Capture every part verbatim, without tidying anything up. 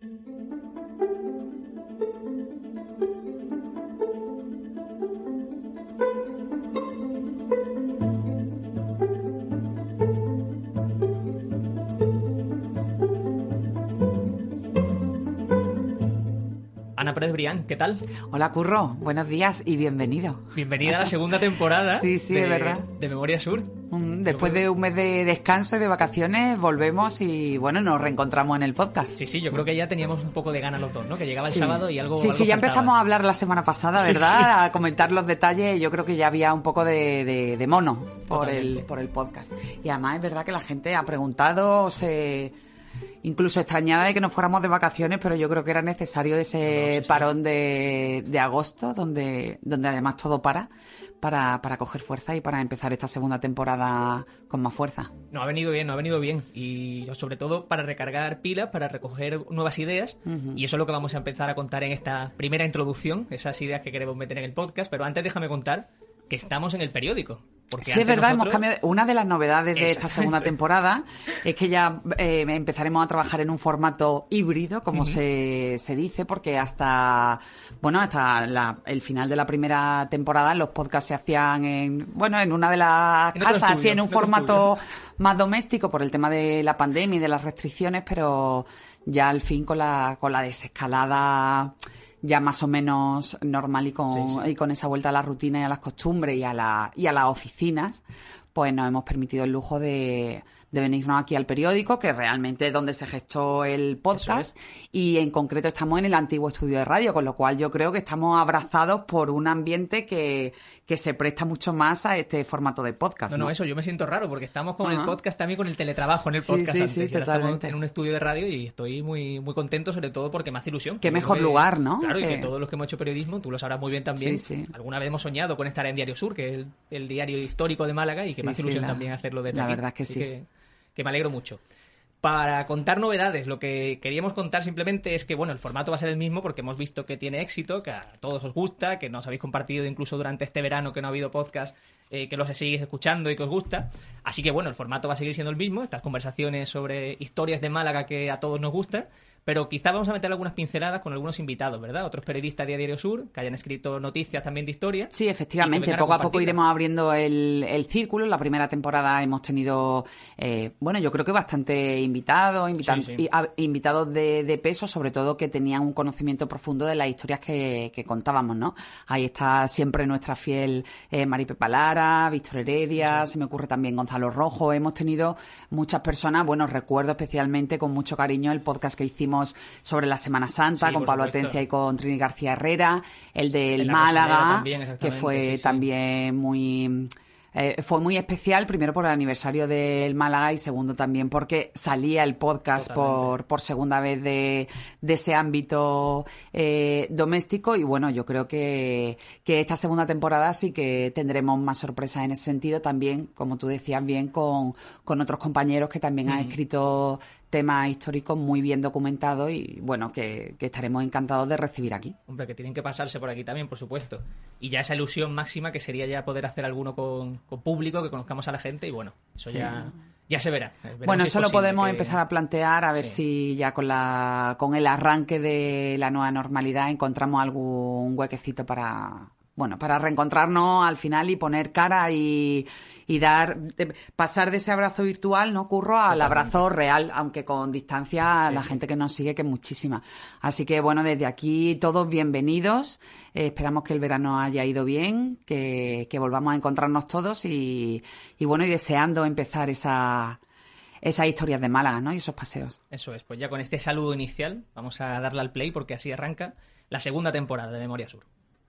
Ana Pérez Brián, ¿qué tal? Hola, Curro. Buenos días y bienvenido. Bienvenida a la segunda temporada sí, sí, de, es verdad. de Memoria Sur. Después de un mes de descanso y de vacaciones, volvemos y, bueno, nos reencontramos en el podcast. Sí, sí, yo creo que ya teníamos un poco de ganas los dos, ¿no? Que llegaba el sí. sábado y algo Sí, algo sí, ya faltaba. empezamos a hablar la semana pasada, ¿verdad? Sí, sí. A comentar los detalles. Yo creo que ya había un poco de, de, de mono por el, por el podcast. Y además es verdad que la gente ha preguntado, se... incluso extrañada de que nos fuéramos de vacaciones, pero yo creo que era necesario ese no, sí, sí. parón de, de agosto, donde, donde además todo para, para, para coger fuerza y para empezar esta segunda temporada con más fuerza. No, ha venido bien, no ha venido bien. Y sobre todo para recargar pilas, para recoger nuevas ideas. Uh-huh. Y eso es lo que vamos a empezar a contar en esta primera introducción, esas ideas que queremos meter en el podcast. Pero antes déjame contar que estamos en el periódico. Porque sí, es verdad, nosotros... hemos cambiado. Una de las novedades de esta segunda temporada es que ya eh, empezaremos a trabajar en un formato híbrido, como uh-huh. se, se dice, porque hasta bueno hasta la, el final de la primera temporada los podcasts se hacían en bueno en una de las en casas, así en un formato estudio. más doméstico por el tema de la pandemia y de las restricciones, pero ya al fin con la con la desescalada ya más o menos normal y con, sí, sí. y con esa vuelta a la rutina y a las costumbres y a, la, y a las oficinas, pues nos hemos permitido el lujo de, de venirnos aquí al periódico, que realmente es donde se gestó el podcast, y en concreto estamos en el antiguo estudio de radio, con lo cual yo creo que estamos abrazados por un ambiente que, que se presta mucho más a este formato de podcast. No, no, no, eso, yo me siento raro, porque estamos con uh-huh. el podcast también con el teletrabajo en el sí, podcast sí, antes. Sí, y ahora totalmente. Estamos en un estudio de radio y estoy muy muy contento, sobre todo porque me hace ilusión. Qué mejor que, lugar, ¿no? Claro, que... y que todos los que hemos hecho periodismo, tú lo sabrás muy bien también, sí, sí. alguna vez hemos soñado con estar en Diario Sur, que es el, el diario histórico de Málaga, y que sí, me hace sí, ilusión la, también hacerlo desde la aquí. verdad es que Así sí. Que, que me alegro mucho. Para contar novedades, lo que queríamos contar simplemente es que, bueno, el formato va a ser el mismo porque hemos visto que tiene éxito, que a todos os gusta, que nos habéis compartido incluso durante este verano que no ha habido podcast, eh, que los seguís escuchando y que os gusta. Así que, bueno, el formato va a seguir siendo el mismo, estas conversaciones sobre historias de Málaga que a todos nos gustan, pero quizá vamos a meter algunas pinceladas con algunos invitados, ¿verdad? Otros periodistas de Diario Sur que hayan escrito noticias también de historia. Sí, efectivamente, poco a, a poco iremos abriendo el, el círculo. En la primera temporada hemos tenido, eh, bueno, yo creo que bastante invitados, invita- sí, sí. A, invitados de, de peso, sobre todo que tenían un conocimiento profundo de las historias que, que contábamos, ¿no? Ahí está siempre nuestra fiel eh, Mari Pepa Lara, Víctor Heredia, sí. se me ocurre también Gonzalo Rojo. Hemos tenido muchas personas, bueno, recuerdo especialmente con mucho cariño el podcast que hicimos sobre la Semana Santa, sí, con Pablo supuesto. Atencia y con Trini García Herrera, el del Málaga, también, que fue sí, sí. también muy... Eh, fue muy especial, primero por el aniversario del Málaga y segundo también porque salía el podcast por, por segunda vez de, de ese ámbito eh, doméstico, y bueno, yo creo que, que esta segunda temporada sí que tendremos más sorpresas en ese sentido, también, como tú decías bien, con, con otros compañeros que también mm. han escrito temas históricos muy bien documentados y, bueno, que, que estaremos encantados de recibir aquí. Hombre, que tienen que pasarse por aquí también, por supuesto. Y ya esa ilusión máxima que sería ya poder hacer alguno con, con público, que conozcamos a la gente y, bueno, eso sí. ya... Ya se verá. Veremos bueno, si eso lo podemos que... empezar a plantear, a ver sí. si ya con la con el arranque de la nueva normalidad encontramos algún huequecito para... Bueno, para reencontrarnos al final y poner cara y, y dar de, pasar de ese abrazo virtual, ¿no, Curro?, al Totalmente. abrazo real, aunque con distancia a sí, la sí. gente que nos sigue, que es muchísima. Así que, bueno, desde aquí todos bienvenidos. Eh, esperamos que el verano haya ido bien, que, que volvamos a encontrarnos todos y, y, bueno, y deseando empezar esa... esas historias de Málaga, ¿no? Y esos paseos. Eso es. Pues ya con este saludo inicial vamos a darle al play porque así arranca la segunda temporada de Memoria Sur.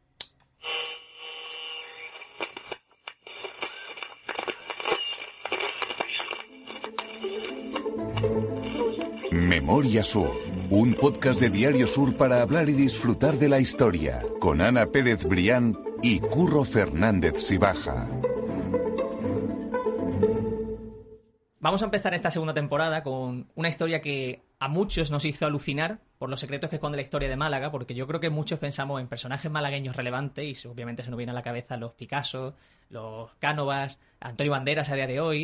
Memoria Sur, un podcast de Diario Sur para hablar y disfrutar de la historia, con Ana Pérez Brián y Curro Fernández Sibaja. Vamos a empezar esta segunda temporada con una historia que a muchos nos hizo alucinar por los secretos que esconde la historia de Málaga, porque yo creo que muchos pensamos en personajes malagueños relevantes y obviamente se nos viene a la cabeza los Picasso, los Cánovas, Antonio Banderas a día de hoy,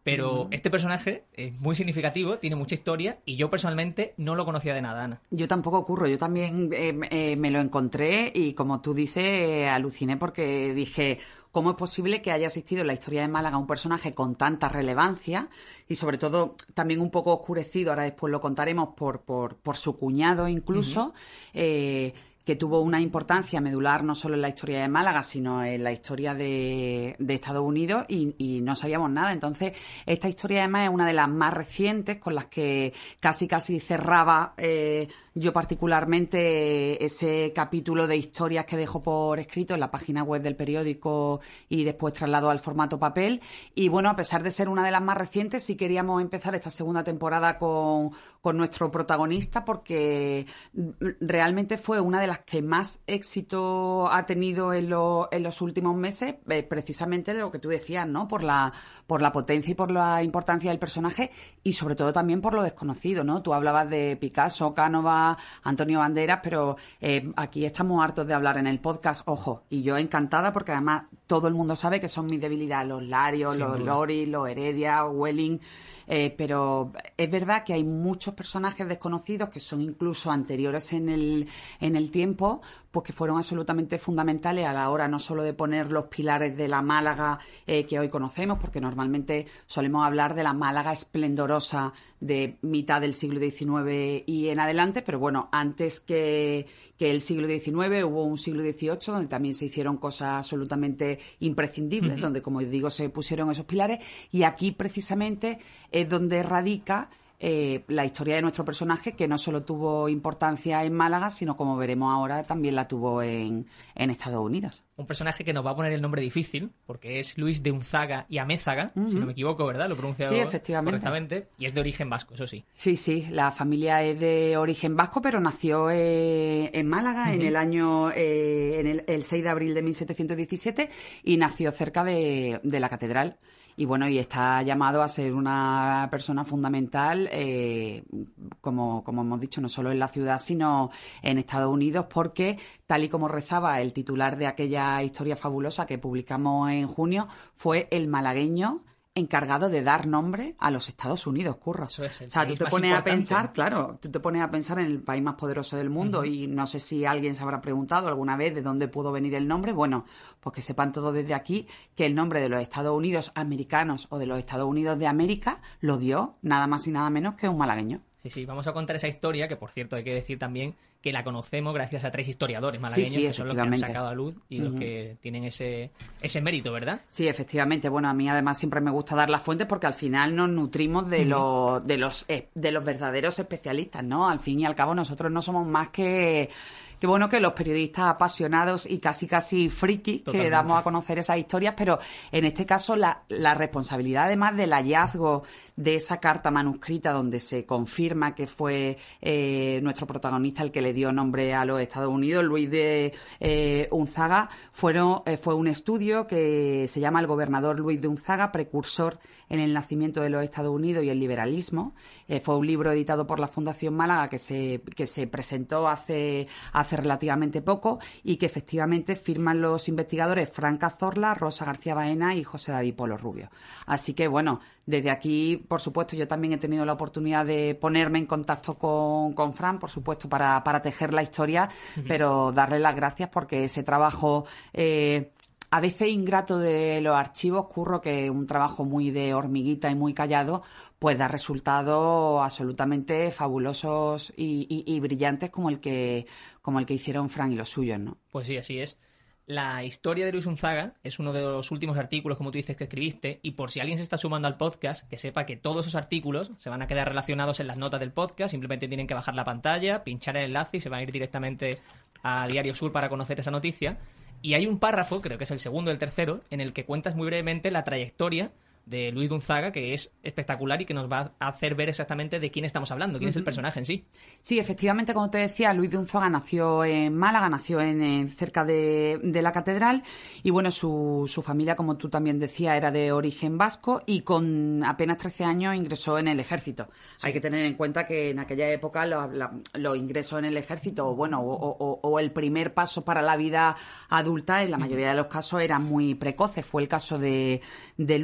Pero este personaje es muy significativo, tiene mucha historia y yo personalmente no lo conocía de nada, Ana. Yo tampoco, Curro. Yo también eh, eh, me lo encontré y, como tú dices, eh, aluciné porque dije, ¿cómo es posible que haya existido en la historia de Málaga un personaje con tanta relevancia y, sobre todo, también un poco oscurecido, ahora después lo contaremos, por, por, por su cuñado incluso, uh-huh. eh, que tuvo una importancia medular no solo en la historia de Málaga, sino en la historia de, de Estados Unidos y, y no sabíamos nada. Entonces, esta historia además es una de las más recientes con las que casi casi cerraba eh, yo particularmente ese capítulo de historias que dejó por escrito en la página web del periódico y después trasladó al formato papel. Y bueno, a pesar de ser una de las más recientes, sí queríamos empezar esta segunda temporada con, con nuestro protagonista porque realmente fue una de las que más éxito ha tenido en, lo, en los últimos meses, eh, precisamente lo que tú decías, ¿no? Por la, por la potencia y por la importancia del personaje y sobre todo también por lo desconocido, ¿no? Tú hablabas de Picasso, Cánova, Antonio Banderas, pero eh, aquí estamos hartos de hablar en el podcast, ojo, y yo encantada porque además todo el mundo sabe que son mis debilidades, los Larios, los Lori, los Heredia, Welling. Eh, pero es verdad que hay muchos personajes desconocidos que son incluso anteriores en el, en el tiempo, pues que fueron absolutamente fundamentales a la hora no solo de poner los pilares de la Málaga eh, que hoy conocemos, porque normalmente solemos hablar de la Málaga esplendorosa de mitad del siglo diecinueve y en adelante, pero bueno, antes que, que el siglo diecinueve hubo un siglo dieciocho donde también se hicieron cosas absolutamente imprescindibles, uh-huh. donde, como digo, se pusieron esos pilares, y aquí precisamente es donde radica eh, la historia de nuestro personaje, que no solo tuvo importancia en Málaga, sino, como veremos ahora, también la tuvo en, en Estados Unidos. Un personaje que nos va a poner el nombre difícil, porque es Luis de Unzaga y Amézaga, uh-huh. si no me equivoco, ¿verdad? Lo he pronunciado sí, efectivamente. correctamente, y es de origen vasco, eso sí. Sí, sí, la familia es de origen vasco, pero nació eh, en Málaga uh-huh. en el año, eh, en el, el seis de abril de mil setecientos diecisiete, y nació cerca de, de la catedral. Y bueno, y está llamado a ser una persona fundamental, eh, como, como hemos dicho, no solo en la ciudad, sino en Estados Unidos, porque, tal y como rezaba el titular de aquella historia fabulosa que publicamos en junio, fue el malagueño encargado de dar nombre a los Estados Unidos, Curro. Eso es el o sea, tú te pones importante. a pensar, claro, tú te pones a pensar en el país más poderoso del mundo uh-huh. y no sé si alguien se habrá preguntado alguna vez de dónde pudo venir el nombre. Bueno, pues que sepan todos desde aquí que el nombre de los Estados Unidos americanos o de los Estados Unidos de América lo dio nada más y nada menos que un malagueño. Sí, sí, vamos a contar esa historia, que por cierto hay que decir también que la conocemos gracias a tres historiadores malagueños, sí, sí, que son los que han sacado a luz y uh-huh. los que tienen ese, ese mérito, ¿verdad? Sí, efectivamente. Bueno, a mí además siempre me gusta dar las fuentes porque al final nos nutrimos de, uh-huh. los, de, los, eh, de los verdaderos especialistas, ¿no? Al fin y al cabo nosotros no somos más que... Qué bueno que los periodistas apasionados y casi casi frikis que damos a conocer esas historias, pero en este caso la, la responsabilidad además del hallazgo de esa carta manuscrita donde se confirma que fue eh, nuestro protagonista el que le dio nombre a los Estados Unidos, Luis de eh, Unzaga, fueron, eh, fue un estudio que se llama El gobernador Luis de Unzaga, precursor en el nacimiento de los Estados Unidos y el liberalismo. Eh, fue un libro editado por la Fundación Málaga que se, que se presentó hace, hace relativamente poco y que efectivamente firman los investigadores Fran Cazorla, Rosa García Baena y José David Polo Rubio. Así que, bueno, desde aquí, por supuesto, yo también he tenido la oportunidad de ponerme en contacto con, con Fran, por supuesto, para, para tejer la historia, uh-huh. pero darle las gracias porque ese trabajo... Eh, a veces ingrato de los archivos, Curro, que es un trabajo muy de hormiguita y muy callado, pues da resultados absolutamente fabulosos y, y, y brillantes como el que como el que hicieron Fran y los suyos, ¿no? Pues sí, así es. La historia de Luis Unzaga es uno de los últimos artículos, como tú dices, que escribiste, y por si alguien se está sumando al podcast, que sepa que todos esos artículos se van a quedar relacionados en las notas del podcast, simplemente tienen que bajar la pantalla, pinchar el enlace y se van a ir directamente a Diario Sur para conocer esa noticia. Y hay un párrafo, creo que es el segundo o el tercero, en el que cuentas muy brevemente la trayectoria de Luis de Unzaga, que es espectacular y que nos va a hacer ver exactamente de quién estamos hablando, quién uh-huh. es el personaje en sí. Sí, efectivamente, como te decía, Luis de Unzaga nació en Málaga, nació en, en cerca de, de la catedral, y bueno, su, su familia, como tú también decías, era de origen vasco y con apenas trece años ingresó en el ejército. Sí. Hay que tener en cuenta que en aquella época los, los ingresos en el ejército, bueno, o, o, o el primer paso para la vida adulta, en la mayoría de los casos eran muy precoces. Fue el caso de, de Luis, que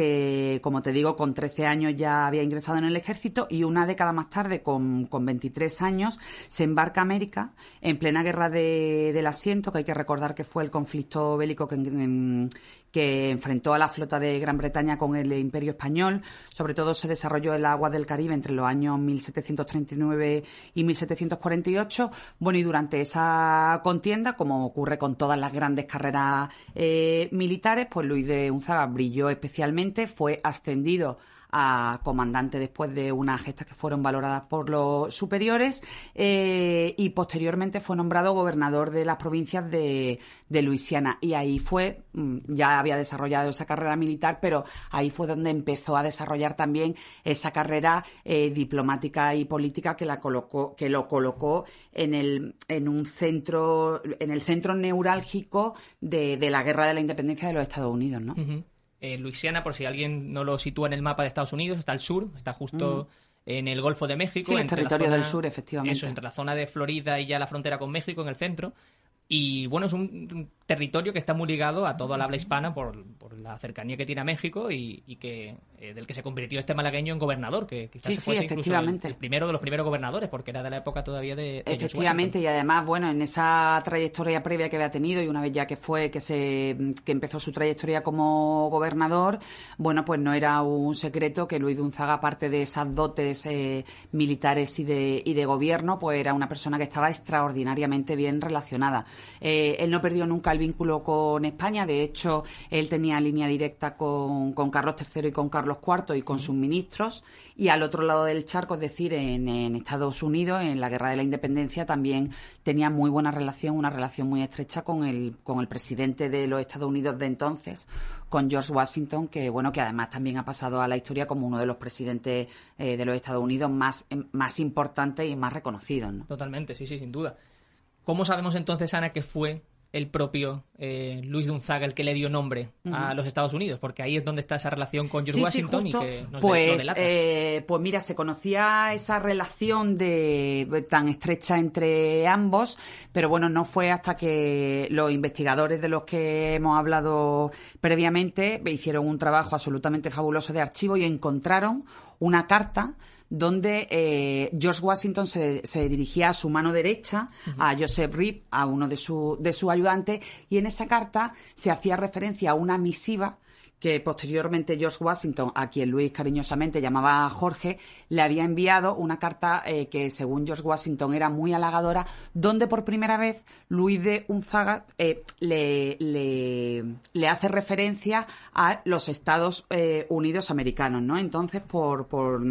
eh, como te digo, con trece años ya había ingresado en el ejército y una década más tarde, con, con veintitrés años, se embarca a América en plena guerra de, del asiento, que hay que recordar que fue el conflicto bélico que, en, que enfrentó a la flota de Gran Bretaña con el Imperio Español. Sobre todo se desarrolló en las aguas del Caribe entre los años mil setecientos treinta y nueve y mil setecientos cuarenta y ocho. Bueno, y durante esa contienda, como ocurre con todas las grandes carreras eh, militares, pues Luis de Unzaga brilló especialmente, fue ascendido a comandante después de unas gestas que fueron valoradas por los superiores eh, y posteriormente fue nombrado gobernador de las provincias de, de Luisiana, y ahí fue, ya había desarrollado esa carrera militar, pero ahí fue donde empezó a desarrollar también esa carrera eh, diplomática y política que la colocó, que lo colocó en el en un centro, en el centro neurálgico de, de la guerra de la independencia de los Estados Unidos, ¿no? Uh-huh. Eh, Luisiana, por si alguien no lo sitúa en el mapa de Estados Unidos, está al sur, está justo uh-huh. en el Golfo de México. Sí, el territorio zona, del sur, efectivamente. Eso, entre la zona de Florida y ya la frontera con México, en el centro. Y bueno, es un, un territorio que está muy ligado a todo el habla hispana por, por la cercanía que tiene a México y, y que eh, del que se convirtió este malagueño en gobernador, que quizás sí, se fuese sí, efectivamente. incluso el, el primero de los primeros gobernadores, porque era de la época todavía de, de efectivamente, y además, bueno, en esa trayectoria previa que había tenido y una vez ya que fue, que se que empezó su trayectoria como gobernador, bueno, pues no era un secreto que Luis de Unzaga, aparte de esas dotes eh, militares y de, y de gobierno, pues era una persona que estaba extraordinariamente bien relacionada. Eh, él no perdió nunca el vínculo con España, de hecho, él tenía línea directa con, con Carlos tercero y con Carlos cuarto y con sus ministros, y al otro lado del charco, es decir, en, en Estados Unidos, en la Guerra de la Independencia, también tenía muy buena relación, una relación muy estrecha con el, con el presidente de los Estados Unidos de entonces, con George Washington, que bueno, que además también ha pasado a la historia como uno de los presidentes eh, de los Estados Unidos más, más importantes y más reconocidos, ¿no? Totalmente, sí, sí, sin duda. ¿Cómo sabemos entonces, Ana, que fue el propio eh, Luis de Unzaga el que le dio nombre uh-huh. a los Estados Unidos? Porque ahí es donde está esa relación con George sí, Washington sí, justo. y que nos pues, delata. Eh, pues mira, se conocía esa relación de tan estrecha entre ambos, pero bueno, no fue hasta que los investigadores de los que hemos hablado previamente hicieron un trabajo absolutamente fabuloso de archivo y encontraron una carta donde eh, George Washington se, se dirigía a su mano derecha, uh-huh. a Joseph Reed, a uno de sus de su ayudantes, y en esa carta se hacía referencia a una misiva que posteriormente George Washington, a quien Luis cariñosamente llamaba Jorge, le había enviado una carta eh, que según George Washington era muy halagadora, donde por primera vez Luis de Unzaga eh, le, le, le hace referencia a los Estados eh, Unidos americanos, ¿no? Entonces, por, por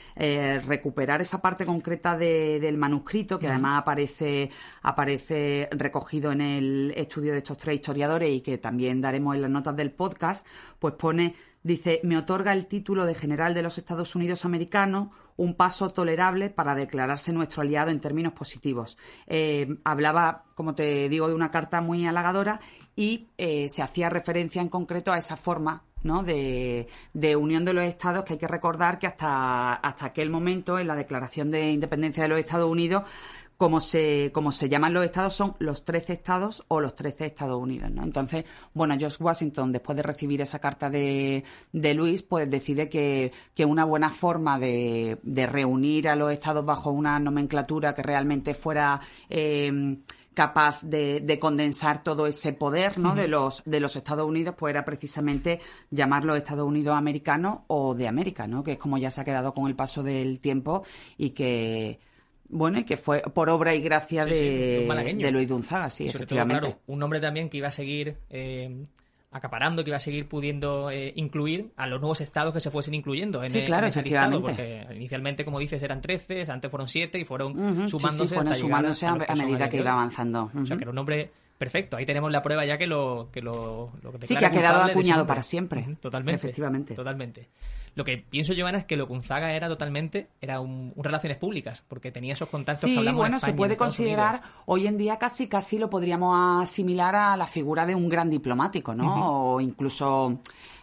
eh, recuperar esa parte concreta de, del manuscrito, que además aparece, aparece recogido en el estudio de estos tres historiadores y que también daremos en las notas del podcast, pues pone, dice, me otorga el título de general de los Estados Unidos americanos, un paso tolerable para declararse nuestro aliado en términos positivos. Eh, hablaba, como te digo, de una carta muy halagadora y eh, se hacía referencia en concreto a esa forma, ¿no?, de, de unión de los estados, que hay que recordar que hasta, hasta aquel momento, en la Declaración de Independencia de los Estados Unidos, como se, como se llaman los estados, son los trece estados o los trece Estados Unidos, ¿no? Entonces, bueno, George Washington, después de recibir esa carta de, de Luis, pues decide que, que una buena forma de, de reunir a los estados bajo una nomenclatura que realmente fuera eh, capaz de, de condensar todo ese poder, ¿no?, uh-huh. de los de los Estados Unidos, pues era precisamente llamarlos Estados Unidos americanos o de América, ¿no?, que es como ya se ha quedado con el paso del tiempo y que... Bueno, y que fue por obra y gracia sí, de, sí, de Luis de Unzaga, sí, efectivamente. Todo, claro, un hombre también que iba a seguir eh, acaparando, que iba a seguir pudiendo eh, incluir a los nuevos estados que se fuesen incluyendo en, sí, claro, en ese efectivamente. listado, porque inicialmente, como dices, eran trece, antes fueron siete y fueron uh-huh, sumándose, sí, sí, fueron hasta sumándose a, a, a medida que iba avanzando. Uh-huh. O sea, que era un hombre perfecto. Ahí tenemos la prueba ya que lo que lo, lo que sí, que ha quedado acuñado para siempre. Uh-huh, totalmente. Efectivamente. Totalmente. Lo que pienso yo, Ana, es que lo que Unzaga era totalmente, era un, un relaciones públicas, porque tenía esos contactos sí, que hablamos bueno, en España, se puede en considerar, Unidos. Hoy en día casi casi lo podríamos asimilar a la figura de un gran diplomático, ¿no? Uh-huh. O incluso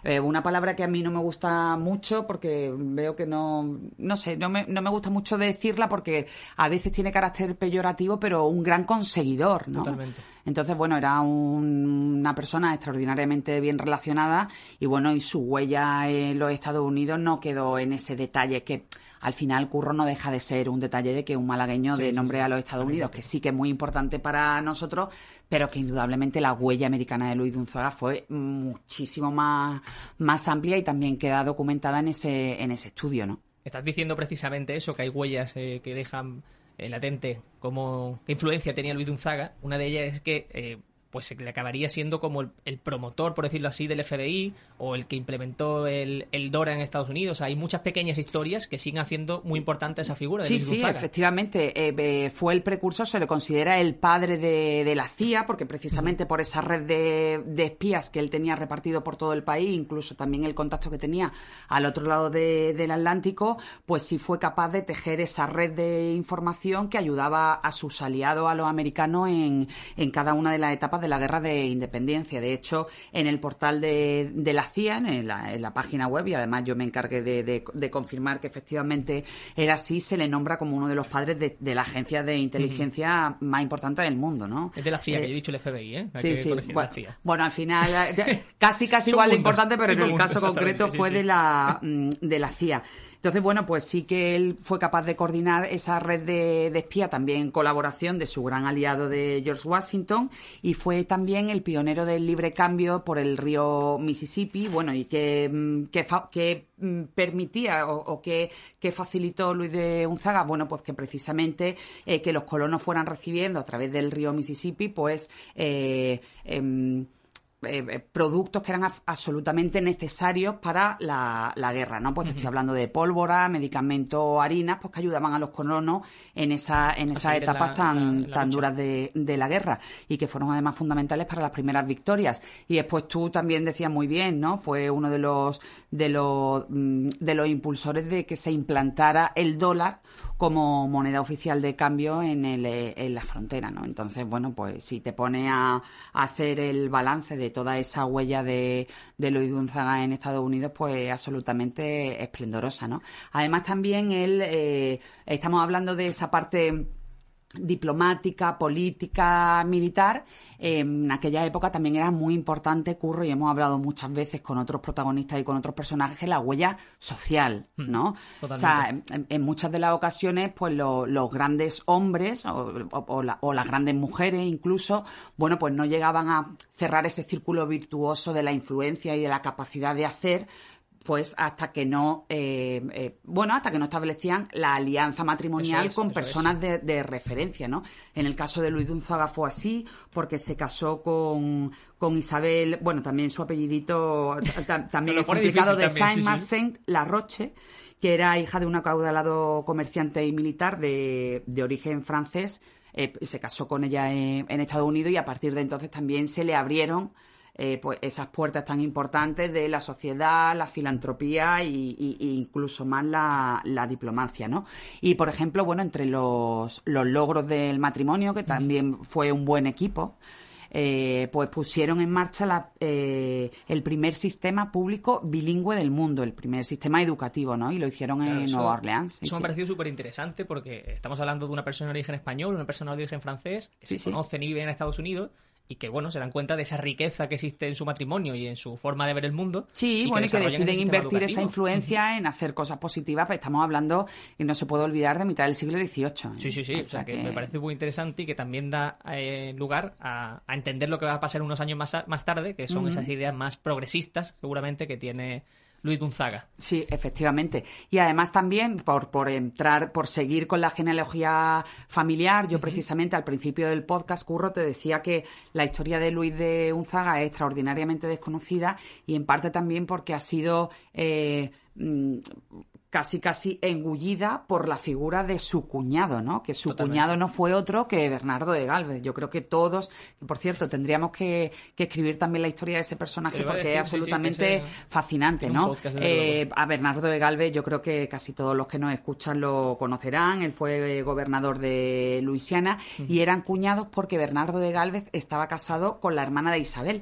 Eh, una palabra que a mí no me gusta mucho porque veo que no, no sé, no me, no me gusta mucho decirla porque a veces tiene carácter peyorativo, pero un gran conseguidor, ¿no? Totalmente. Entonces, bueno, era un, una persona extraordinariamente bien relacionada y, bueno, y su huella en los Estados Unidos no quedó en ese detalle que al final Curro no deja de ser un detalle de que un malagueño Sí, de sí, nombre sí. a los Estados Unidos, que sí que es muy importante para nosotros, pero que indudablemente la huella americana de Luis de Unzaga fue muchísimo más, más amplia y también queda documentada en ese, en ese estudio, ¿no? Estás diciendo precisamente eso, que hay huellas eh, que dejan eh, latente como qué influencia tenía Luis de Unzaga. Una de ellas es que eh, pues se le acabaría siendo como el, el promotor, por decirlo así, del F B I o el que implementó el, el DORA en Estados Unidos. O sea, hay muchas pequeñas historias que siguen haciendo muy importante esa figura de Sí, Luis sí, Gonzaga. efectivamente. Eh, eh, fue el precursor, se le considera el padre de, de la C I A, porque precisamente por esa red de, de espías que él tenía repartido por todo el país, incluso también el contacto que tenía al otro lado de, del Atlántico, pues sí fue capaz de tejer esa red de información que ayudaba a sus aliados, a los americanos, en, en cada una de las etapas de la guerra de independencia. De hecho, en el portal de, de la C I A, en la, en la página web, y además yo me encargué de, de, de confirmar que efectivamente era así, se le nombra como uno de los padres de, de la agencia de inteligencia uh-huh. más importante del mundo, ¿no? Es de la C I A, eh, que yo he dicho el F B I, ¿eh? Hay sí, que sí. corregir Bueno, la C I A. bueno, al final, casi casi igual de importante, pero en el caso concreto fue de la, de la C I A. Entonces, bueno, pues sí que él fue capaz de coordinar esa red de, de espía, también en colaboración de su gran aliado de George Washington, y fue también el pionero del libre cambio por el río Mississippi, bueno, y que, que, que permitía o, o que, que facilitó Luis de Unzaga, bueno, pues que precisamente eh, que los colonos fueran recibiendo a través del río Mississippi, pues... Eh, eh, Eh, productos que eran a- absolutamente necesarios para la, la guerra, ¿no? Pues te estoy hablando de pólvora, medicamentos, harinas, pues que ayudaban a los colonos en esa en esas etapas la, tan, la, la tan duras de, de la guerra y que fueron además fundamentales para las primeras victorias. Y después tú también decías muy bien, ¿no? Fue uno de los de los de los impulsores de que se implantara el dólar como moneda oficial de cambio en el en la frontera, ¿no? Entonces, bueno, pues si te pones a, a hacer el balance de toda esa huella de, de Luis Gonzaga en Estados Unidos, pues absolutamente esplendorosa, ¿no? Además también él, eh, estamos hablando de esa parte diplomática, política, militar. Eh, en aquella época también era muy importante, Curro, y hemos hablado muchas veces con otros protagonistas y con otros personajes, la huella social, ¿no? Totalmente. O sea, en, en muchas de las ocasiones, pues lo, los grandes hombres o, o, o, la, o las grandes mujeres incluso, bueno, pues no llegaban a cerrar ese círculo virtuoso de la influencia y de la capacidad de hacer, pues hasta que no, eh, eh, bueno, hasta que no establecían la alianza matrimonial es, con personas de, de referencia, ¿no? En el caso de Luis de Unzaga fue así, porque se casó con, con Isabel, bueno, también su apellidito t- también es complicado, de Saint-Maixent, sí, sí. La Roche, que era hija de un acaudalado comerciante y militar de, de origen francés, eh, se casó con ella en, en Estados Unidos y a partir de entonces también se le abrieron Eh, pues esas puertas tan importantes de la sociedad, la filantropía y, y, y incluso más la, la diplomacia, ¿no? Y, por ejemplo, bueno, entre los, los logros del matrimonio, que también fue un buen equipo, eh, pues pusieron en marcha la, eh, el primer sistema público bilingüe del mundo, el primer sistema educativo, ¿no? Y lo hicieron claro, en eso, Nueva Orleans. Eso sí, me ha parecido súper interesante porque estamos hablando de una persona de origen español, una persona de origen francés, que sí, se sí. conocen y viven en Estados Unidos, y que, bueno, se dan cuenta de esa riqueza que existe en su matrimonio y en su forma de ver el mundo. Sí, y bueno, que y que deciden invertir educativo. Esa influencia uh-huh. en hacer cosas positivas, pues estamos hablando, y no se puede olvidar, de mitad del siglo dieciocho. ¿eh? Sí, sí, sí, o, o sea, que, que me parece muy interesante y que también da eh, lugar a, a entender lo que va a pasar unos años más, más tarde, que son uh-huh. esas ideas más progresistas, seguramente, que tiene Luis de Unzaga. Sí, efectivamente. Y además también, por, por entrar, por seguir con la genealogía familiar, yo uh-huh. precisamente al principio del podcast, Curro, te decía que la historia de Luis de Unzaga es extraordinariamente desconocida y en parte también porque ha sido eh, mmm, casi casi engullida por la figura de su cuñado, ¿no? Que su Totalmente. Cuñado no fue otro que Bernardo de Gálvez. Yo creo que todos, por cierto, tendríamos que, que escribir también la historia de ese personaje porque decir, es absolutamente sí, sí, fascinante, ¿no? Eh, a Bernardo de Gálvez yo creo que casi todos los que nos escuchan lo conocerán. Él fue gobernador de Luisiana uh-huh. y eran cuñados porque Bernardo de Gálvez estaba casado con la hermana de Isabel,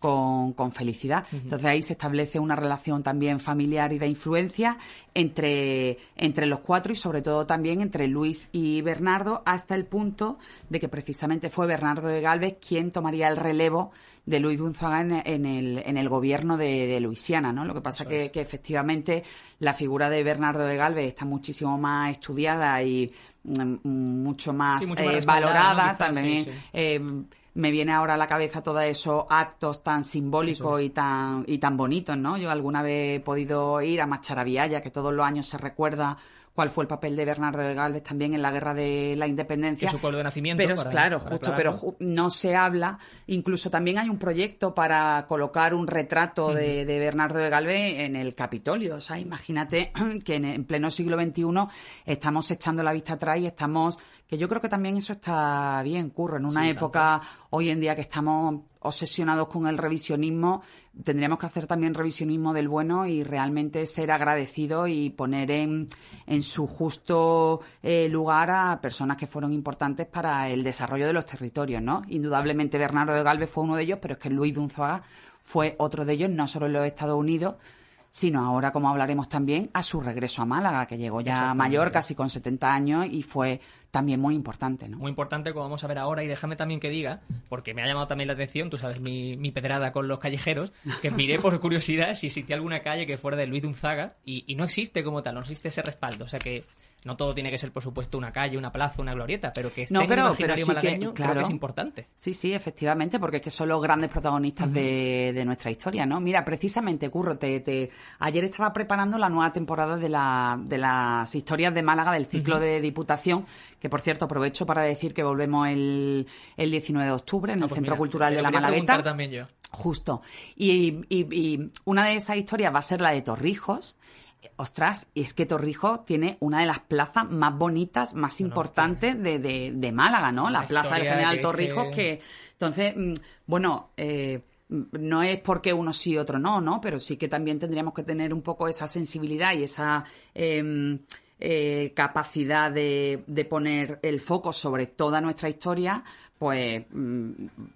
con, con felicidad. Uh-huh. Entonces ahí se establece una relación también familiar y de influencia entre, entre los cuatro y sobre todo también entre Luis y Bernardo, hasta el punto de que precisamente fue Bernardo de Gálvez quien tomaría el relevo de Luis de Unzaga en, en, el, en el gobierno de, de Luisiana, ¿no? Lo que pasa que, es. que efectivamente la figura de Bernardo de Gálvez está muchísimo más estudiada y mm, mucho más, sí, mucho más eh, valorada, ¿no? Quizás, también. Sí, sí. Eh, me viene ahora a la cabeza todos esos actos tan simbólicos es. y tan y tan bonitos, ¿no? Yo alguna vez he podido ir a Macharabiaya, que todos los años se recuerda cuál fue el papel de Bernardo de Gálvez también en la Guerra de la Independencia. Que su pueblo de nacimiento. Pero para, claro, para justo, pero ju- no se habla. Incluso también hay un proyecto para colocar un retrato uh-huh. de, de Bernardo de Gálvez en el Capitolio. O sea, imagínate que en, en pleno siglo veintiuno estamos echando la vista atrás y estamos... Que yo creo que también eso está bien, Curro. En una sí, época, tanto. Hoy en día que estamos obsesionados con el revisionismo, tendríamos que hacer también revisionismo del bueno y realmente ser agradecidos y poner en, en su justo eh, lugar a personas que fueron importantes para el desarrollo de los territorios, ¿no? Indudablemente Bernardo de Gálvez fue uno de ellos, pero es que Luis de Unzaga fue otro de ellos, no solo en los Estados Unidos, sino ahora, como hablaremos también, a su regreso a Málaga, que llegó ya mayor, casi con setenta años, y fue también muy importante, ¿no? Muy importante, como vamos a ver ahora, y déjame también que diga, porque me ha llamado también la atención, tú sabes, mi, mi pedrada con los callejeros, que miré por curiosidad si existía alguna calle que fuera de Luis de Unzaga, y, y no existe como tal, no existe ese respaldo, o sea que... No todo tiene que ser, por supuesto, una calle, una plaza, una glorieta, pero que esté no, pero, en el imaginario pero sí malagueño que, claro, creo que es importante. Sí, sí, efectivamente, porque es que son los grandes protagonistas uh-huh. de, de nuestra historia, ¿no? Mira, precisamente, Curro, te, te, ayer estaba preparando la nueva temporada de, la, de las historias de Málaga, del ciclo uh-huh. de Diputación, que, por cierto, aprovecho para decir que volvemos el, el diecinueve de octubre en ah, el pues Centro mira, Cultural de la Malagueta. También yo. Justo. Y, y, y una de esas historias va a ser la de Torrijos. Ostras, y es que Torrijos tiene una de las plazas más bonitas, más bueno, importantes de, de, de Málaga, ¿no? La plaza del General que Torrijos, que... que... Entonces, bueno, eh, no es porque uno sí y otro no, ¿no? Pero sí que también tendríamos que tener un poco esa sensibilidad y esa... Eh, eh, capacidad de, de poner el foco sobre toda nuestra historia, pues... Mm,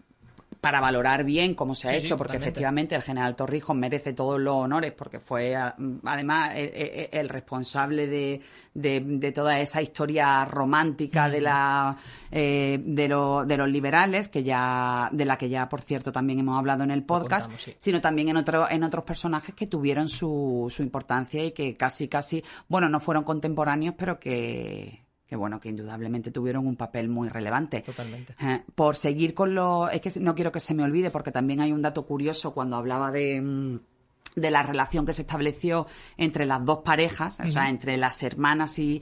para valorar bien cómo se ha sí, hecho, sí, porque totalmente. Efectivamente el general Torrijos merece todos los honores, porque fue además el, el responsable de, de, de toda esa historia romántica mm. de la eh, de, lo, de los liberales, que ya de la que ya, por cierto, también hemos hablado en el podcast, contamos, sí. sino también en, otro, en otros personajes que tuvieron su, su importancia y que casi, casi, bueno, no fueron contemporáneos, pero que... que bueno, que indudablemente tuvieron un papel muy relevante. Totalmente. Eh, por seguir con lo... Es que no quiero que se me olvide, porque también hay un dato curioso cuando hablaba de... de la relación que se estableció entre las dos parejas, uh-huh. o sea, entre las hermanas y,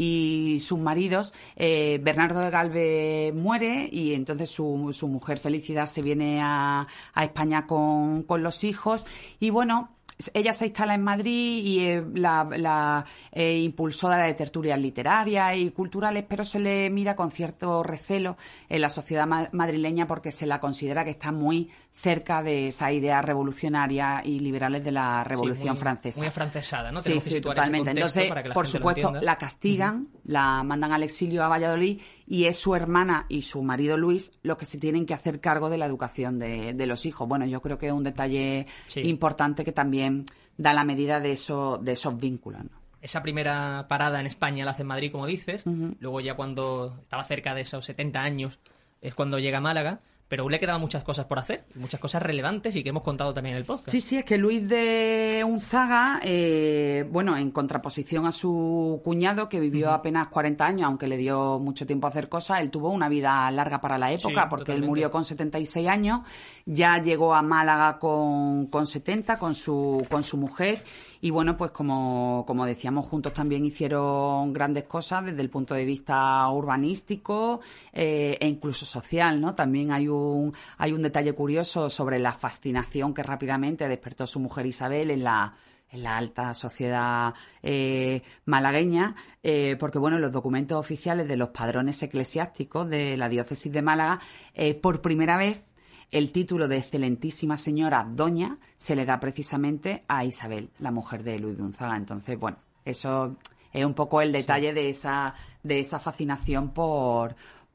y sus maridos. Eh, Bernardo de Gálvez muere y entonces su, su mujer Felicidad se viene a, a España con, con los hijos y bueno... Ella se instala en Madrid y eh, la, la eh, impulsora de tertulias literarias y culturales, pero se le mira con cierto recelo en la sociedad ma- madrileña porque se la considera que está muy cerca de esas ideas revolucionarias y liberales de la Revolución sí, muy, Francesa. Muy afrancesada, ¿no? Sí, Tenemos sí, que situar totalmente. ese contexto Entonces, para que la por gente supuesto, lo la castigan, uh-huh. la mandan al exilio a Valladolid y es su hermana y su marido Luis los que se tienen que hacer cargo de la educación de, de los hijos. Bueno, yo creo que es un detalle sí. importante que también da la medida de, eso, de esos vínculos, ¿no? Esa primera parada en España la hace en Madrid, como dices. Uh-huh. Luego ya cuando estaba cerca de esos setenta años es cuando llega a Málaga. Pero aún le quedaban muchas cosas por hacer, muchas cosas relevantes y que hemos contado también en el podcast. Sí, sí, es que Luis de Unzaga, eh, bueno, en contraposición a su cuñado, que vivió uh-huh. apenas cuarenta años, aunque le dio mucho tiempo a hacer cosas, él tuvo una vida larga para la época, sí, porque totalmente. Él murió con setenta y seis años, ya llegó a Málaga con, con setenta, con su, con su mujer, y bueno, pues como, como decíamos, juntos también hicieron grandes cosas desde el punto de vista urbanístico eh, e incluso social, ¿no? También hay un, hay un detalle curioso sobre la fascinación que rápidamente despertó su mujer Isabel en la en la alta sociedad eh, malagueña, eh, porque bueno, en los documentos oficiales de los padrones eclesiásticos de la diócesis de Málaga, eh, por primera vez el título de excelentísima señora doña se le da precisamente a Isabel, la mujer de Luis de Unzaga. Entonces, bueno, eso es un poco el detalle sí. de esa de esa fascinación por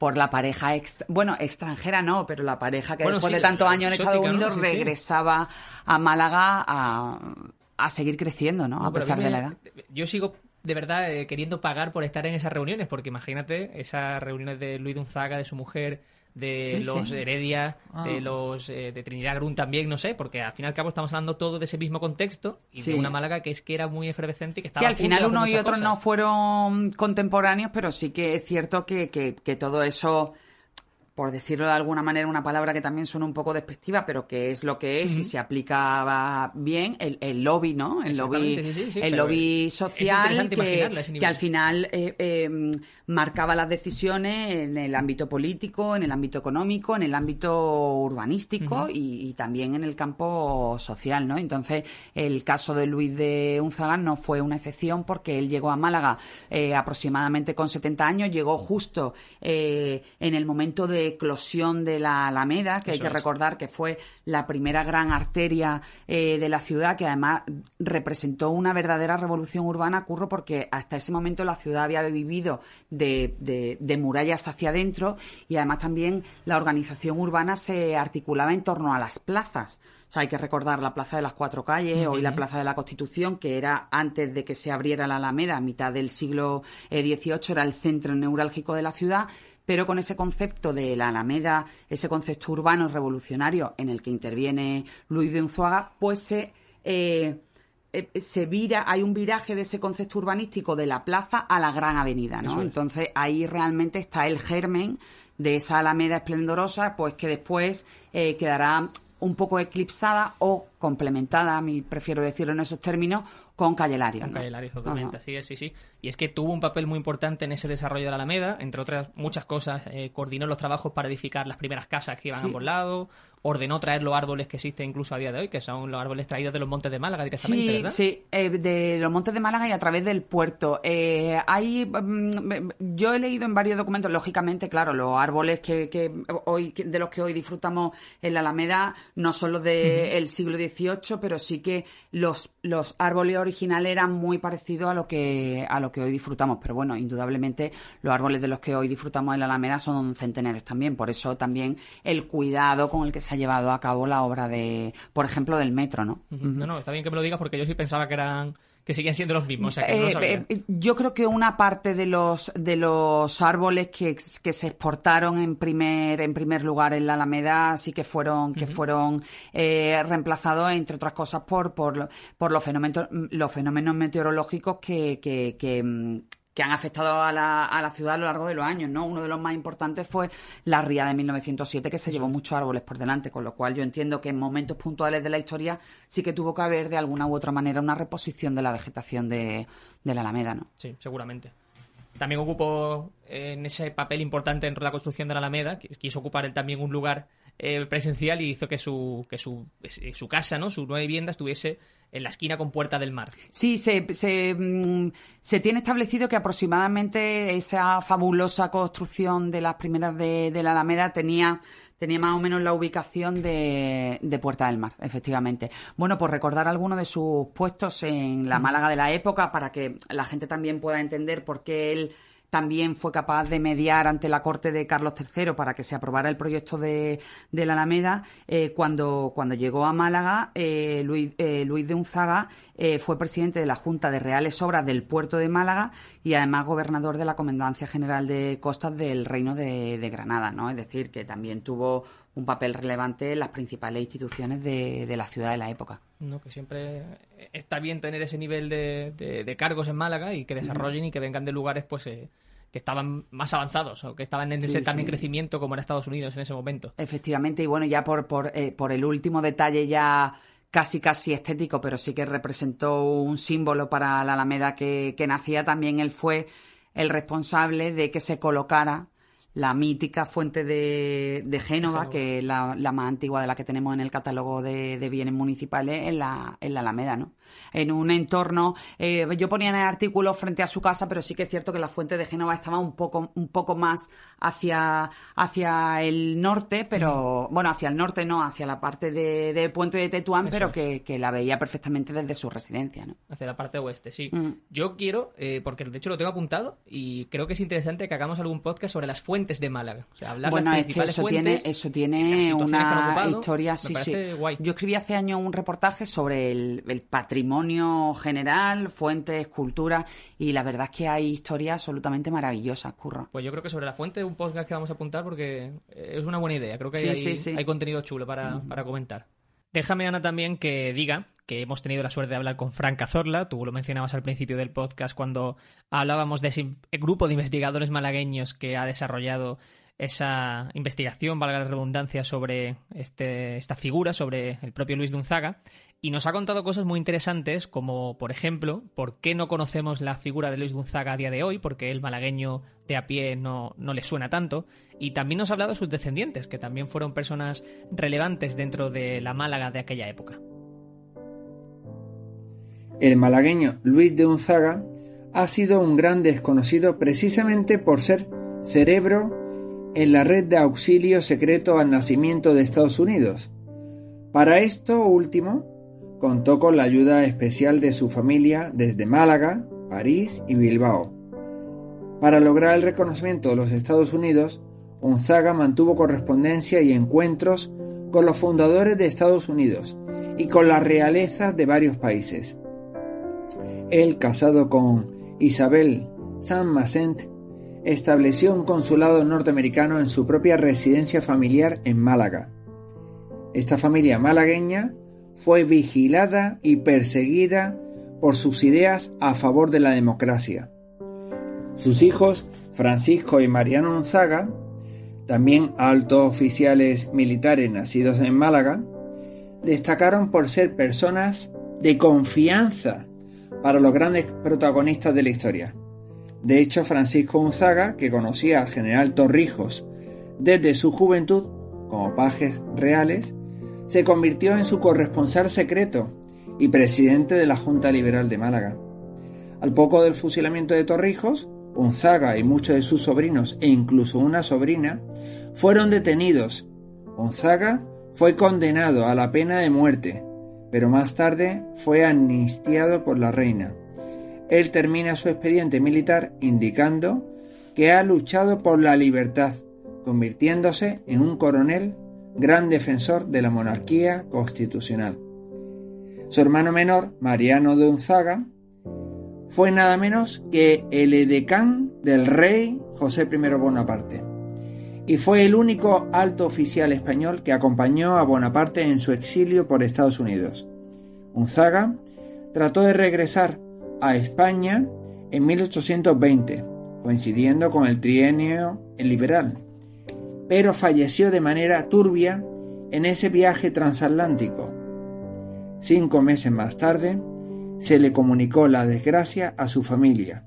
por la pareja, ext- bueno, extranjera no, pero la pareja que bueno, después sí, de tantos la años en exótica, Estados Unidos ¿no? Sí, regresaba sí. a Málaga a, a seguir creciendo, ¿no? no a pesar a de me, la edad. Yo sigo de verdad eh, queriendo pagar por estar en esas reuniones, porque imagínate esas reuniones de Luis de Unzaga, de su mujer, de sí, los sí. Heredia, ah. de los eh, de Trinidad Grun también, no sé, porque al fin y al cabo estamos hablando todo de ese mismo contexto y sí. de una Málaga que es que era muy efervescente y que estaba sí, al a punto final de hacer uno y otro cosas. no fueron contemporáneos, pero sí que es cierto que, que, que todo eso, por decirlo de alguna manera, una palabra que también suena un poco despectiva, pero que es lo que es uh-huh. y se aplicaba bien, el, el lobby, ¿no? El lobby, sí, sí, sí, el lobby social que, que al final eh, eh, marcaba las decisiones en el ámbito político, en el ámbito económico, en el ámbito urbanístico uh-huh. y, y también en el campo social, ¿no? Entonces, el caso de Luis de Unzaga no fue una excepción porque él llegó a Málaga eh, aproximadamente con setenta años, llegó justo eh, en el momento de eclosión de la Alameda, que Eso hay que es. recordar que fue la primera gran arteria eh, de la ciudad, que además representó una verdadera revolución urbana, Curro, porque hasta ese momento la ciudad había vivido de, de, de murallas hacia adentro y además también la organización urbana se articulaba en torno a las plazas. O sea, hay que recordar la Plaza de las Cuatro Calles, uh-huh. hoy la Plaza de la Constitución, que era antes de que se abriera la Alameda, a mitad del siglo dieciocho, era el centro neurálgico de la ciudad, pero con ese concepto de la Alameda, ese concepto urbano revolucionario en el que interviene Luis de Unzaga, pues se, eh, eh, se vira, hay un viraje de ese concepto urbanístico de la plaza a la gran avenida, ¿no? Entonces ahí realmente está el germen de esa Alameda esplendorosa, pues que después eh, quedará un poco eclipsada o complementada, a mí prefiero decirlo en esos términos, con Calle Larios. Con ¿no? Calle Larios, totalmente, así es, sí, sí. Y es que tuvo un papel muy importante en ese desarrollo de la Alameda, entre otras muchas cosas, eh, coordinó los trabajos para edificar las primeras casas que iban sí. a por lado, ordenó traer los árboles que existen incluso a día de hoy, que son los árboles traídos de los montes de Málaga directamente, sí, ¿verdad? Sí, eh, de los montes de Málaga y a través del puerto. Eh, hay, mm, yo he leído en varios documentos, lógicamente, claro, los árboles que, que hoy de los que hoy disfrutamos en la Alameda no son los del uh-huh. siglo dieciocho, pero sí que los, los árboles originales eran muy parecidos a lo que a lo que hoy disfrutamos, pero bueno, indudablemente los árboles de los que hoy disfrutamos en la Alameda son centenares también, por eso también el cuidado con el que se ha llevado a cabo la obra de, por ejemplo, del metro, ¿no? Uh-huh. No, no, está bien que me lo digas porque yo sí pensaba que eran que siguen siendo los mismos, o sea, que no lo sabía. Eh, yo creo que una parte de los de los árboles que, que se exportaron en primer en primer lugar en la Alameda sí que fueron uh-huh. que fueron eh, reemplazados, entre otras cosas, por por por los fenómenos los fenómenos meteorológicos que que, que que han afectado a la, a la ciudad a lo largo de los años, ¿no? Uno de los más importantes fue la ría de mil novecientos siete, que se sí. llevó muchos árboles por delante, con lo cual yo entiendo que en momentos puntuales de la historia sí que tuvo que haber de alguna u otra manera una reposición de la vegetación de, de la Alameda, ¿no? Sí, seguramente. También ocupó eh, en ese papel importante dentro de la construcción de la Alameda, quiso ocupar él también un lugar eh, presencial y hizo que su que su, su casa, ¿no? Su nueva vivienda estuviese en la esquina con puerta del mar. Sí, se, se, se tiene establecido que aproximadamente esa fabulosa construcción de las primeras de, de la Alameda tenía... tenía más o menos la ubicación de, de Puerta del Mar, efectivamente. Bueno, pues recordar algunos de sus puestos en la Málaga de la época para que la gente también pueda entender por qué él también fue capaz de mediar ante la corte de Carlos tercero para que se aprobara el proyecto de, de la Alameda. Eh, cuando, cuando llegó a Málaga, eh, Luis, eh, Luis de Unzaga eh, fue presidente de la Junta de Reales Obras del Puerto de Málaga y además gobernador de la Comandancia General de Costas del Reino de, de Granada, ¿no? Es decir, que también tuvo un papel relevante en las principales instituciones de, de la ciudad de la época. No, que siempre está bien tener ese nivel de, de, de cargos en Málaga y que desarrollen uh-huh. y que vengan de lugares pues eh, que estaban más avanzados o que estaban en ese sí, también sí. crecimiento como en Estados Unidos en ese momento. Efectivamente, y bueno, ya por, por, eh, por el último detalle ya casi casi estético, pero sí que representó un símbolo para la Alameda que, que nacía, también él fue el responsable de que se colocara la mítica fuente de, de Génova, que es la, la más antigua de la que tenemos en el catálogo de, de bienes municipales, en la, en la Alameda, ¿no? En un entorno, eh, yo ponía en el artículo frente a su casa, pero sí que es cierto que la fuente de Génova estaba un poco, un poco más hacia, hacia el norte, pero, mm. bueno, hacia el norte no, hacia la parte de, de Puente de Tetuán, Eso pero es. que, que la veía perfectamente desde su residencia, ¿no? Hacia la parte oeste, sí. Mm. Yo quiero, eh, porque de hecho lo tengo apuntado, y creo que es interesante que hagamos algún podcast sobre las fuentes fuentes de Málaga. O sea, hablar bueno, las es que principales eso tiene, fuentes, eso tiene una ocupado, historia, sí, sí. Guay. Yo escribí hace años un reportaje sobre el, el patrimonio general, fuentes, cultura, y la verdad es que hay historias absolutamente maravillosas, Curro. Pues yo creo que sobre la fuente un podcast que vamos a apuntar porque es una buena idea. Creo que sí, hay, sí, sí. hay contenido chulo para, uh-huh. para comentar. Déjame, Ana, también que diga que hemos tenido la suerte de hablar con Fran Cazorla. Tú lo mencionabas al principio del podcast cuando hablábamos de ese grupo de investigadores malagueños que ha desarrollado esa investigación, valga la redundancia, sobre este, esta figura, sobre el propio Luis de Unzaga, y nos ha contado cosas muy interesantes, como, por ejemplo, por qué no conocemos la figura de Luis de Unzaga a día de hoy, porque el malagueño de a pie no, no le suena tanto, y también nos ha hablado de sus descendientes, que también fueron personas relevantes dentro de la Málaga de aquella época. El malagueño Luis de Unzaga ha sido un gran desconocido precisamente por ser cerebro en la red de auxilio secreto al nacimiento de Estados Unidos. Para esto último, contó con la ayuda especial de su familia desde Málaga, París y Bilbao. Para lograr el reconocimiento de los Estados Unidos, Unzaga mantuvo correspondencia y encuentros con los fundadores de Estados Unidos y con las realezas de varios países. Él, casado con Isabel Saint-Maixent, estableció un consulado norteamericano en su propia residencia familiar en Málaga. Esta familia malagueña fue vigilada y perseguida por sus ideas a favor de la democracia. Sus hijos, Francisco y Mariano Unzaga, también altos oficiales militares nacidos en Málaga, destacaron por ser personas de confianza para los grandes protagonistas de la historia. De hecho, Francisco Unzaga, que conocía al general Torrijos desde su juventud como pajes reales, se convirtió en su corresponsal secreto y presidente de la Junta Liberal de Málaga. Al poco del fusilamiento de Torrijos, Unzaga y muchos de sus sobrinos e incluso una sobrina fueron detenidos. Unzaga fue condenado a la pena de muerte, pero más tarde fue amnistiado por la reina. Él termina su expediente militar indicando que ha luchado por la libertad, convirtiéndose en un coronel gran defensor de la monarquía constitucional. Su hermano menor, Mariano de Unzaga, fue nada menos que el edecán del rey José primero Bonaparte, y fue el único alto oficial español que acompañó a Bonaparte en su exilio por Estados Unidos. Unzaga trató de regresar a España en mil ochocientos veinte, coincidiendo con el trienio liberal, pero falleció de manera turbia en ese viaje transatlántico. Cinco meses más tarde, se le comunicó la desgracia a su familia.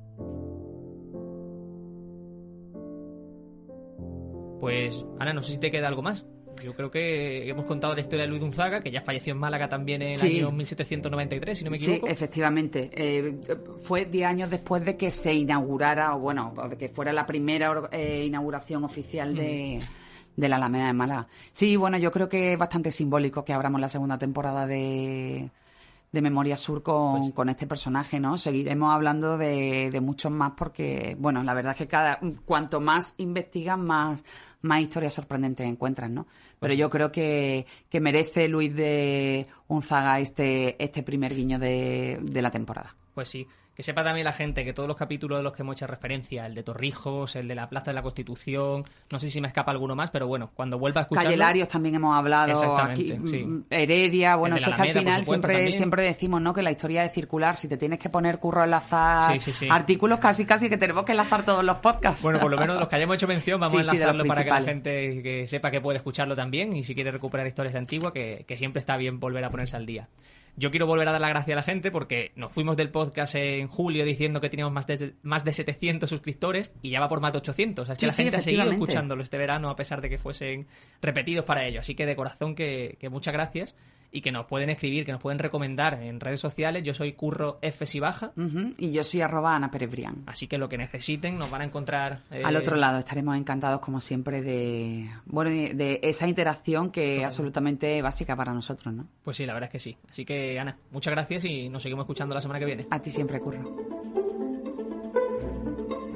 Pues, Ana, no sé si te queda algo más. Yo creo que hemos contado la historia de Luis de Unzaga, que ya falleció en Málaga también en el sí. año mil setecientos noventa y tres, si no me equivoco. Sí, efectivamente. Eh, fue diez años después de que se inaugurara, o bueno, de que fuera la primera eh, inauguración oficial de, mm. de la Alameda de Málaga. Sí, bueno, yo creo que es bastante simbólico que abramos la segunda temporada de... de Memoria Sur con, pues, con este personaje, ¿no? Seguiremos hablando de, de muchos más porque, bueno, la verdad es que cada cuanto más investigan, más, más historias sorprendentes encuentran, ¿no? Pero pues, yo creo que, que merece Luis de Unzaga este, este primer guiño de, de la temporada. Pues sí. Que sepa también la gente que todos los capítulos de los que hemos hecho referencia, el de Torrijos, el de la Plaza de la Constitución, no sé si me escapa alguno más, pero bueno, cuando vuelva a escucharlo... Calle Larios también hemos hablado, aquí, sí. Heredia, bueno, eso es que al final supuesto, siempre siempre decimos, ¿no? Que la historia es circular, si te tienes que poner curro a enlazar sí, sí, sí. artículos, casi casi que tenemos que enlazar todos los podcasts. Bueno, por lo menos los que hayamos hecho mención, vamos sí, a enlazarlo sí, para que la gente que sepa que puede escucharlo también y si quiere recuperar historias antiguas, que, que siempre está bien volver a ponerse al día. Yo quiero volver a dar las gracias a la gente porque nos fuimos del podcast en julio diciendo que teníamos más de, más de setecientos suscriptores y ya va por más de ochocientos. Así que sí, la gente sí, ha seguido escuchándolo este verano a pesar de que fuesen repetidos para ello. Así que de corazón que, que muchas gracias y que nos pueden escribir, que nos pueden recomendar en redes sociales. Yo soy Curro F si baja. Uh-huh. Y yo soy arroba Ana Pérez Brián. Así que lo que necesiten nos van a encontrar... Eh... Al otro lado estaremos encantados como siempre de bueno de esa interacción que es absolutamente básica para nosotros, ¿no? Pues sí, la verdad es que sí. Así que Ana, muchas gracias y nos seguimos escuchando la semana que viene. A ti siempre, Curro.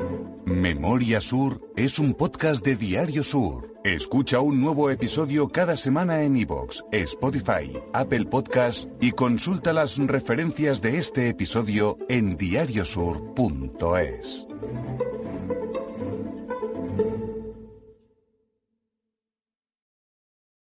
Memoria Sur es un podcast de Diario Sur. Escucha un nuevo episodio cada semana en iVoox, Spotify, Apple Podcasts y consulta las referencias de este episodio en diariosur punto es.